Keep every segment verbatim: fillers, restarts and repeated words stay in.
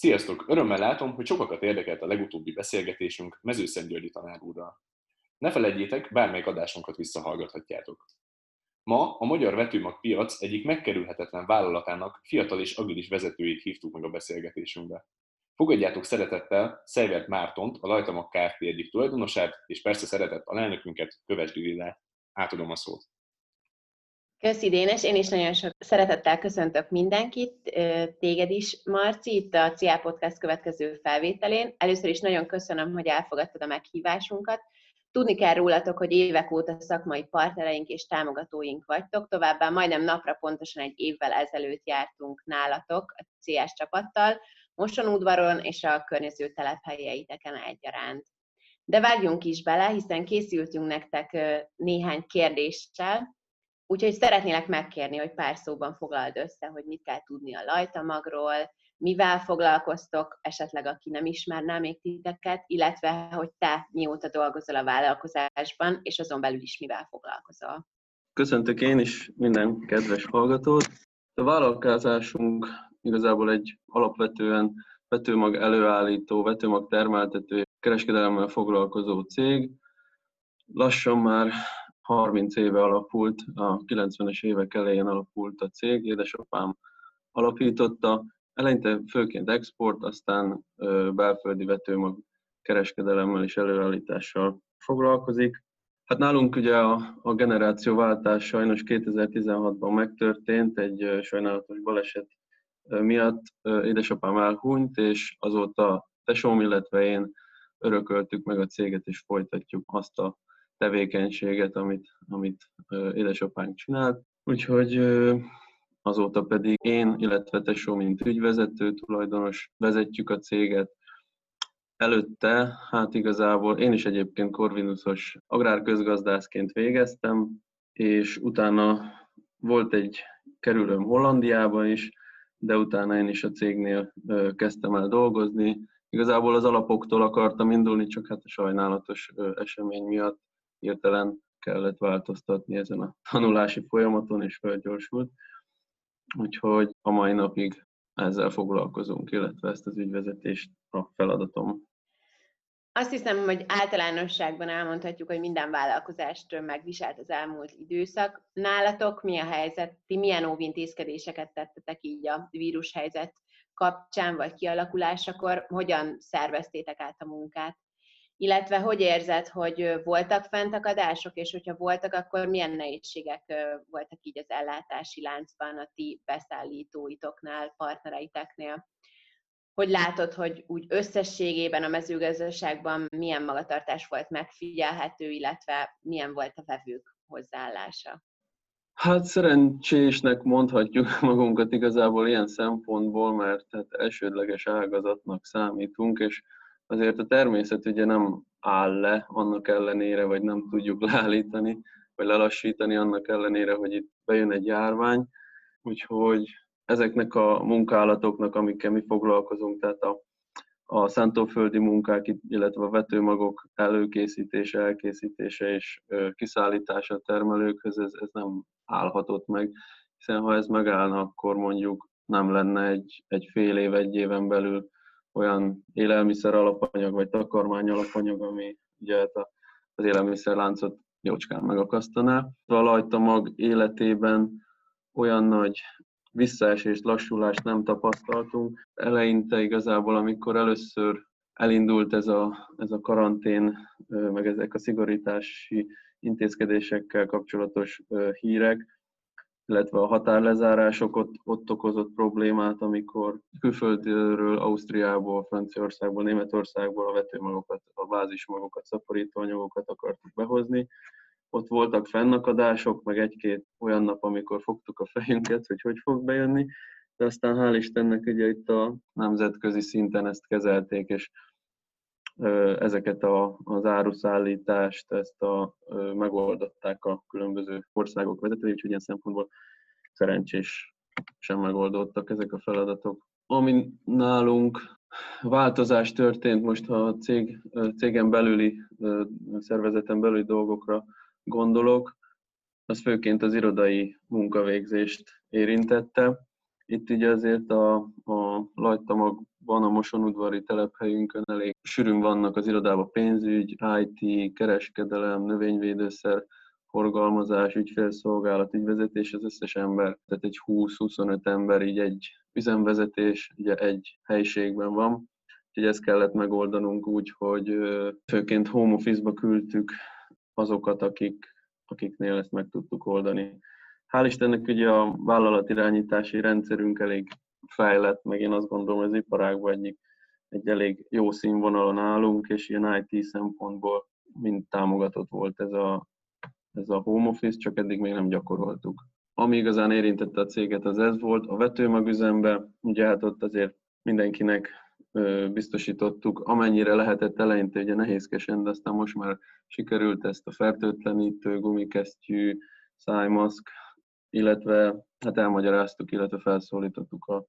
Sziasztok! Örömmel látom, hogy sokakat érdekelt a legutóbbi beszélgetésünk Mezőszentgyörgyi tanár úrral. Ne feledjétek, bármelyik adásunkat visszahallgathatjátok. Ma a magyar vetőmag piac egyik megkerülhetetlen vállalatának fiatal és agilis vezetőjét hívtuk meg a beszélgetésünkbe. Fogadjátok szeretettel Szejvert Mártont, a Lajtamag Kft. Egyik tulajdonosát, és persze szeretett alelnökünket, Kövesd Lillát. Átadom a szót. Köszi Dénes, én is nagyon sok szeretettel köszöntök mindenkit, téged is, Marci, itt a cé á Podcast következő felvételén. Először is nagyon köszönöm, hogy elfogadtad a meghívásunkat. Tudni kell rólatok, hogy évek óta szakmai partnereink és támogatóink vagytok, továbbá majdnem napra pontosan egy évvel ezelőtt jártunk nálatok a cé á-s csapattal, Mosonudvaron és a környező telephelyeiteken egyaránt. De vágjunk is bele, hiszen készültünk nektek néhány kérdéssel, úgyhogy szeretnélek megkérni, hogy pár szóban foglald össze, hogy mit kell tudni a Lajtamagról, mivel foglalkoztok, esetleg aki nem ismerná még titeket, illetve hogy te mióta dolgozol a vállalkozásban, és azon belül is mivel foglalkozol. Köszöntök én is minden kedves hallgatót. A vállalkozásunk igazából egy alapvetően vetőmag előállító, vetőmag termeltető, kereskedelemmel foglalkozó cég. Lassan már harminc éve alapult, a kilencvenes évek elején alapult a cég, édesapám alapította. Eleinte főként export, aztán belföldi vetőmag kereskedelemmel és előállítással foglalkozik. Hát nálunk ugye a, a generációváltás sajnos kétezer-tizenhatban megtörtént, egy sajnálatos baleset miatt édesapám elhunyt, és azóta tesóm, illetve én örököltük meg a céget, és folytatjuk azt a tevékenységet, amit, amit édesapánk csinált. Úgyhogy azóta pedig én, illetve tesó, mint ügyvezető, tulajdonos vezetjük a céget. Előtte, hát igazából én is egyébként Corvinusos agrárközgazdászként végeztem, és utána volt egy kerülőm Hollandiában is, de utána én is a cégnél kezdtem el dolgozni. Igazából az alapoktól akartam indulni, csak hát a sajnálatos esemény miatt hirtelen kellett változtatni ezen a tanulási folyamaton, és felgyorsult. Úgyhogy a mai napig ezzel foglalkozunk, illetve ezt az ügyvezetést a feladatom. Azt hiszem, hogy általánosságban elmondhatjuk, hogy minden vállalkozást megviselt az elmúlt időszak. Nálatok mi a helyzet? Ti milyen óvintézkedéseket tettetek így a vírushelyzet kapcsán vagy kialakulásakor? Hogyan szerveztétek át a munkát? Illetve hogy érzed, hogy voltak fenntakadások, és hogyha voltak, akkor milyen nehézségek voltak így az ellátási láncban a ti beszállítóitoknál, partnereiteknél? Hogy látod, hogy úgy összességében a mezőgazdaságban milyen magatartás volt megfigyelhető, illetve milyen volt a vevők hozzáállása? Hát szerencsésnek mondhatjuk magunkat igazából ilyen szempontból, mert hát elsődleges ágazatnak számítunk, és azért a természet ugye nem áll le annak ellenére, vagy nem tudjuk leállítani, vagy lelassítani annak ellenére, hogy itt bejön egy járvány. Úgyhogy ezeknek a munkálatoknak, amikkel mi foglalkozunk, tehát a, a szántóföldi munkák, illetve a vetőmagok előkészítése, elkészítése és kiszállítása a termelőkhöz, ez, ez nem állhatott meg, hiszen ha ez megállna, akkor mondjuk nem lenne egy, egy fél év, egy éven belül olyan élelmiszer alapanyag vagy takarmány alapanyag, ami ugye az élelmiszerláncot jócskán megakasztaná. A Lajtamag életében olyan nagy visszaesést, lassulást nem tapasztaltunk. Eleinte igazából, amikor először elindult ez a, ez a karantén, meg ezek a szigorítási intézkedésekkel kapcsolatos hírek, illetve a határlezárások ott, ott okozott problémát, amikor külföldről, Ausztriából, Franciaországból, Németországból a vetőmagokat, a bázismagokat, szaporítóanyagokat akartuk behozni. Ott voltak fennakadások, meg egy-két olyan nap, amikor fogtuk a fejünket, hogy hogy fog bejönni, de aztán hál' Istennek ugye itt a nemzetközi szinten ezt kezelték, és ezeket a, az áruszállítást, ezt a, megoldották a különböző országok vezetői, úgyhogy ilyen szempontból szerencsésen megoldottak ezek a feladatok. Ami nálunk változás történt most, ha a cég, cégen belüli, szervezeten belüli dolgokra gondolok, az főként az irodai munkavégzést érintette. Itt ugye azért a, a Lajtamag van a mosonudvari telephelyünkön, elég sűrűn vannak az irodában pénzügy, i té, kereskedelem, növényvédőszer, forgalmazás, ügyfélszolgálat, ügyvezetés, az összes ember, tehát egy húsz-huszonöt ember így egy üzemvezetés, ugye egy helyiségben van. Úgyhogy ezt kellett megoldanunk úgy, hogy főként home office-ba küldtük azokat, akik, akiknél ezt meg tudtuk oldani. Hál' Istennek ugye a vállalatirányítási rendszerünk elég fejlett, meg én azt gondolom, hogy az iparágban egyik egy elég jó színvonalon állunk, és ilyen i té szempontból mind támogatott volt ez a, ez a home office, csak eddig még nem gyakoroltuk. Ami igazán érintette a céget, az ez volt. A vetőmagüzemben, ugye hát ott azért mindenkinek biztosítottuk, amennyire lehetett eleinte, ugye nehézkesen, de aztán most már sikerült ezt a fertőtlenítő, gumikesztyű, szájmaszk, illetve hát elmagyaráztuk, illetve felszólítottuk a,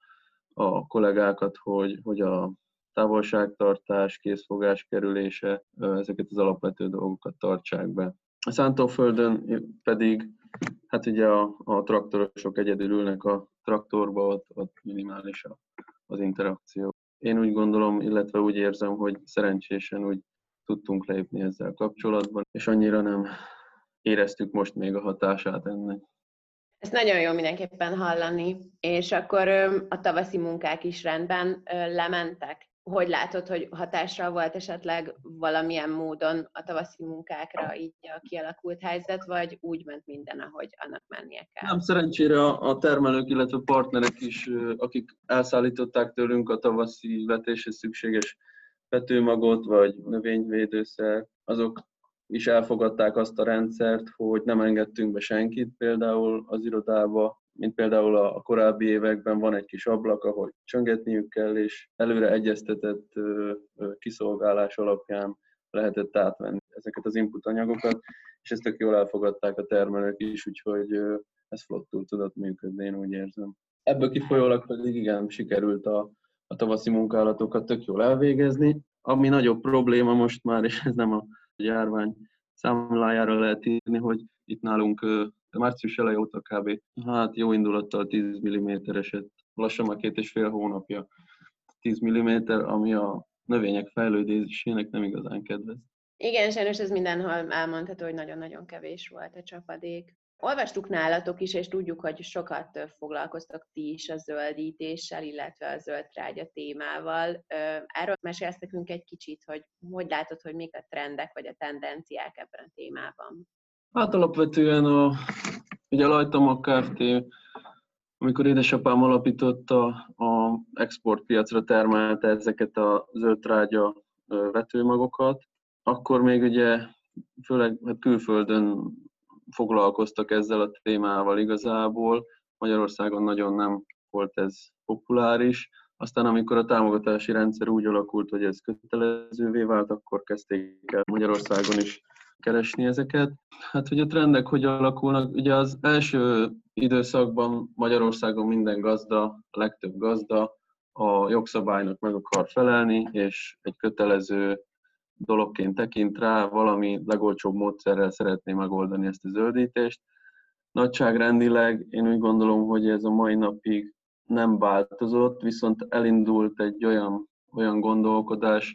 a kollégákat, hogy, hogy a távolságtartás, készfogás kerülése, ezeket az alapvető dolgokat tartsák be. A szántóföldön pedig, hát ugye a, a traktorosok egyedül ülnek a traktorba, ott, ott minimális az interakció. Én úgy gondolom, illetve úgy érzem, hogy szerencsésen úgy tudtunk lépni ezzel kapcsolatban, és annyira nem éreztük most még a hatását ennek. Ezt nagyon jó mindenképpen hallani, és akkor a tavaszi munkák is rendben lementek. Hogy látod, hogy hatással volt esetleg valamilyen módon a tavaszi munkákra így a kialakult helyzet, vagy úgy ment minden, ahogy annak mennie kell? Nem, szerencsére a termelők, illetve partnerek is, akik elszállították tőlünk a tavaszi vetéshez szükséges vetőmagot, vagy növényvédőszer, azok is elfogadták azt a rendszert, hogy nem engedtünk be senkit például az irodába, mint például a korábbi években van egy kis ablak, ahol csöngetniük kell, és előre egyeztetett kiszolgálás alapján lehetett átvenni ezeket az input anyagokat, és ezt tök jól elfogadták a termelők is, úgyhogy ez flottul tudott működni, én úgy érzem. Ebből kifolyólag pedig igen, sikerült a, a tavaszi munkálatokat tök jól elvégezni. Ami nagyobb probléma most már, és ez nem a járvány számlájára lehet írni, hogy itt nálunk március elejé óta kb. Hát jó indulattal tíz milliméter esett, lassan már két és fél hónapja tíz milliméter, ami a növények fejlődésének nem igazán kedvez. Igen, sajnos ez mindenhol elmondható, hogy nagyon-nagyon kevés volt a csapadék. Olvastuk nálatok is, és tudjuk, hogy sokat foglalkoztok ti is a zöldítéssel, illetve a zöld trágya témával. Erről mesélsz nekünk egy kicsit, hogy hogy látod, hogy mik a trendek vagy a tendenciák ebben a témában? Hát alapvetően a, ugye a Lajtamag Kft., amikor édesapám alapította, a exportpiacra termelte ezeket a zöld trágya vetőmagokat, akkor még ugye főleg hát külföldön foglalkoztak ezzel a témával igazából. Magyarországon nagyon nem volt ez populáris. Aztán amikor a támogatási rendszer úgy alakult, hogy ez kötelezővé vált, akkor kezdték el Magyarországon is keresni ezeket. Hát, hogy a trendek hogy alakulnak, ugye az első időszakban Magyarországon minden gazda, a legtöbb gazda a jogszabálynak meg akar felelni, és egy kötelező dologként tekint rá, valami legolcsóbb módszerrel szeretné megoldani ezt a zöldítést. Nagyságrendileg én úgy gondolom, hogy ez a mai napig nem változott, viszont elindult egy olyan, olyan gondolkodás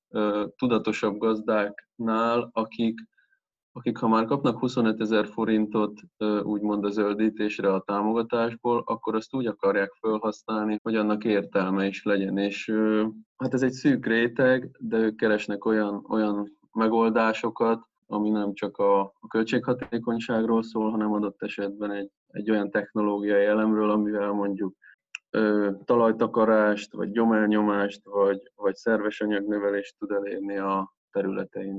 tudatosabb gazdáknál, akik, akik ha már kapnak huszonötezer forintot úgymond a zöldítésre a támogatásból, akkor azt úgy akarják felhasználni, hogy annak értelme is legyen. És hát ez egy szűk réteg, de ők keresnek olyan, olyan megoldásokat, ami nem csak a, a költséghatékonyságról szól, hanem adott esetben egy, egy olyan technológiai elemről, amivel mondjuk ö, talajtakarást, vagy gyomelnyomást, vagy, vagy szerves anyagnövelést tud elérni a területein.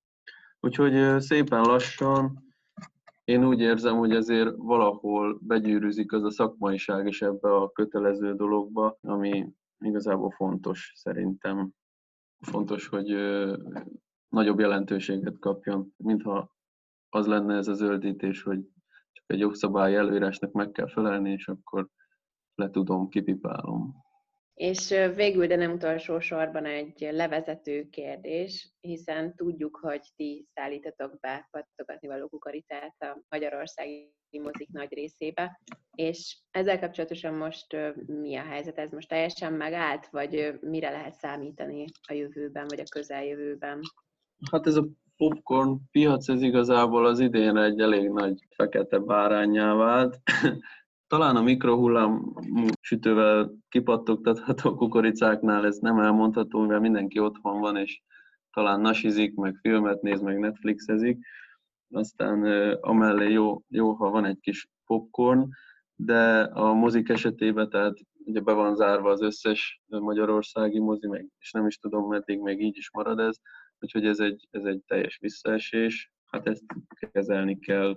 Úgyhogy ö, szépen lassan én úgy érzem, hogy azért valahol begyűrűzik az a szakmaiság is ebbe a kötelező dologba, ami igazából fontos szerintem. Fontos, hogy ö, nagyobb jelentőséget kapjon, mintha az lenne ez a zöldítés, hogy csak egy jogszabályi előírásnak meg kell felelni, és akkor letudom, kipipálom. És végül, de nem utolsó sorban egy levezető kérdés, hiszen tudjuk, hogy ti szállítatok be pattogatni való kukoricát a magyarországi mozik nagy részébe, és ezzel kapcsolatosan most mi a helyzet? Ez most teljesen megállt, vagy mire lehet számítani a jövőben, vagy a közeljövőben? Hát ez a popcorn piac, ez igazából az idén egy elég nagy fekete báránnyá vált. Talán a mikrohullám sütővel kipattogtatható kukoricáknál ez nem elmondható, mivel mindenki otthon van, és talán nasizik, meg filmet néz, meg Netflixezik. Aztán amellé jó, jó, ha van egy kis popcorn, de a mozik esetében, tehát ugye be van zárva az összes magyarországi mozi, meg, és nem is tudom, meddig még így is marad ez, úgyhogy ez egy, ez egy teljes visszaesés. Hát ezt kezelni kell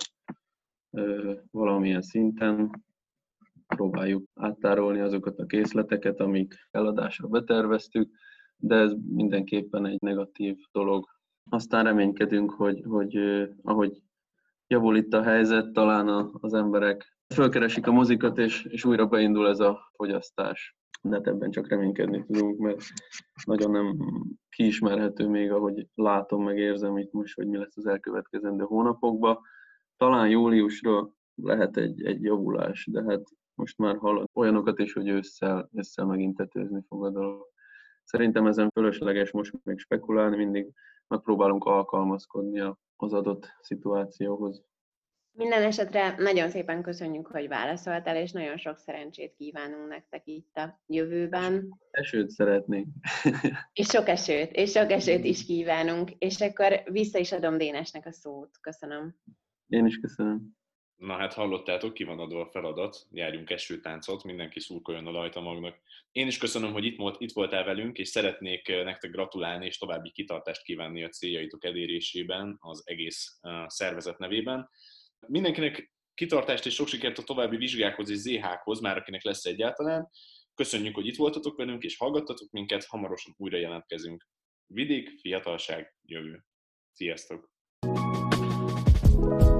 ö, valamilyen szinten. Próbáljuk áttárolni azokat a készleteket, amik eladásra beterveztük, de ez mindenképpen egy negatív dolog. Aztán reménykedünk, hogy, hogy ahogy javul itt a helyzet, talán az emberek fölkeresik a mozikat, és, és újra beindul ez a fogyasztás. De hát ebben csak reménykedni tudunk, mert nagyon nem kiismerhető még, ahogy látom, meg érzem itt most, hogy mi lesz az elkövetkezendő hónapokban. Talán júliusra lehet egy, egy javulás, de hát most már hallok olyanokat is, hogy ősszel, ősszel megint tetőzni fog a dolog. Szerintem ezen fölösleges most még spekulálni, mindig megpróbálunk alkalmazkodni az adott szituációhoz. Minden esetre nagyon szépen köszönjük, hogy válaszoltál, és nagyon sok szerencsét kívánunk nektek itt a jövőben. Esőt szeretnénk. És sok esőt, és sok esőt is kívánunk. És akkor vissza is adom Dénesnek a szót. Köszönöm. Én is köszönöm. Na hát hallottátok, ki van adva a feladat, járjunk esőtáncot, mindenki szurkoljon a Lajta-magnak. Én is köszönöm, hogy itt, volt, itt voltál velünk, és szeretnék nektek gratulálni, és további kitartást kívánni a céljaitok elérésében, az egész szervezet nevében. Mindenkinek kitartást és sok sikert a további vizsgákhoz és zé hákhoz, már akinek lesz egyáltalán. Köszönjük, hogy itt voltatok velünk, és hallgattatok minket, hamarosan újra jelentkezünk. Vidék, fiatalság, jövő. Sziasztok!